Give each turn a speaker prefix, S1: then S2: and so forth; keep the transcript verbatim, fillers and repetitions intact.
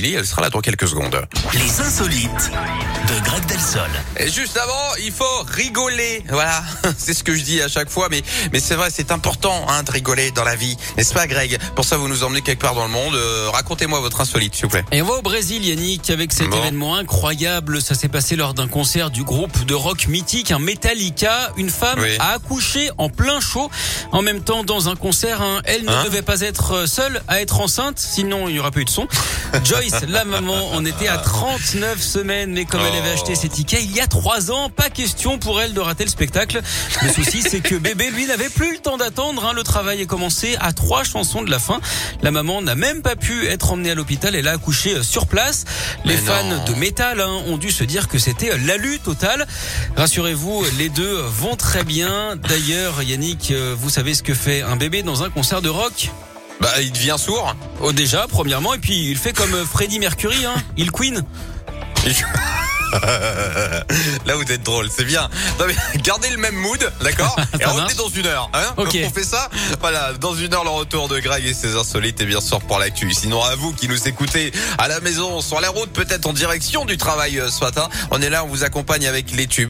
S1: Émilie, elle sera là dans quelques secondes.
S2: Les insolites de Greg Delsol.
S1: Et juste avant, il faut rigoler. Voilà, c'est ce que je dis à chaque fois, mais mais c'est vrai, c'est important hein, de rigoler dans la vie, n'est-ce pas, Greg? Pour ça, vous nous emmenez quelque part dans le monde. Euh, racontez-moi votre insolite, s'il vous plaît.
S3: Et on va au Brésil, Yannick, avec cet
S1: Bon.
S3: événement incroyable. Ça s'est passé lors d'un concert du groupe de rock mythique, un Metallica. Une femme
S1: Oui.
S3: a accouché en plein show. En même temps, dans un concert, hein, elle ne
S1: Hein
S3: devait pas être seule à être enceinte, sinon il n'y aura pas eu de son. Joyce, la maman, on était à trente-neuf semaines, mais comme elle avait
S1: Oh.
S3: acheté ses tickets il y a trois ans, pas question pour elle de rater le spectacle. Le souci, c'est que bébé, lui, n'avait plus le temps d'attendre. Hein. Le travail est commencé à trois chansons de la fin. La maman n'a même pas pu être emmenée à l'hôpital. Elle a accouché sur place. Les
S1: Mais
S3: fans
S1: non.
S3: de métal hein, ont dû se dire que c'était l'alu total. Rassurez-vous, les deux vont très bien. D'ailleurs, Yannick, vous savez ce que fait un bébé dans un concert de rock ?
S1: Bah, il devient sourd.
S3: Oh, déjà, premièrement, et puis il fait comme Freddie Mercury, hein, il queen.
S1: Là, vous êtes drôle, c'est bien. Non, mais gardez le même mood, d'accord? Et
S3: Ça
S1: revenez
S3: marche.
S1: dans une heure, hein?
S3: Ok.
S1: On fait ça? Voilà, dans une heure, le retour de Greg et ses insolites et bien sûr pour l'actu. Sinon, à vous qui nous écoutez à la maison, sur la route, peut-être en direction du travail euh, ce matin, on est là, on vous accompagne avec les tubes.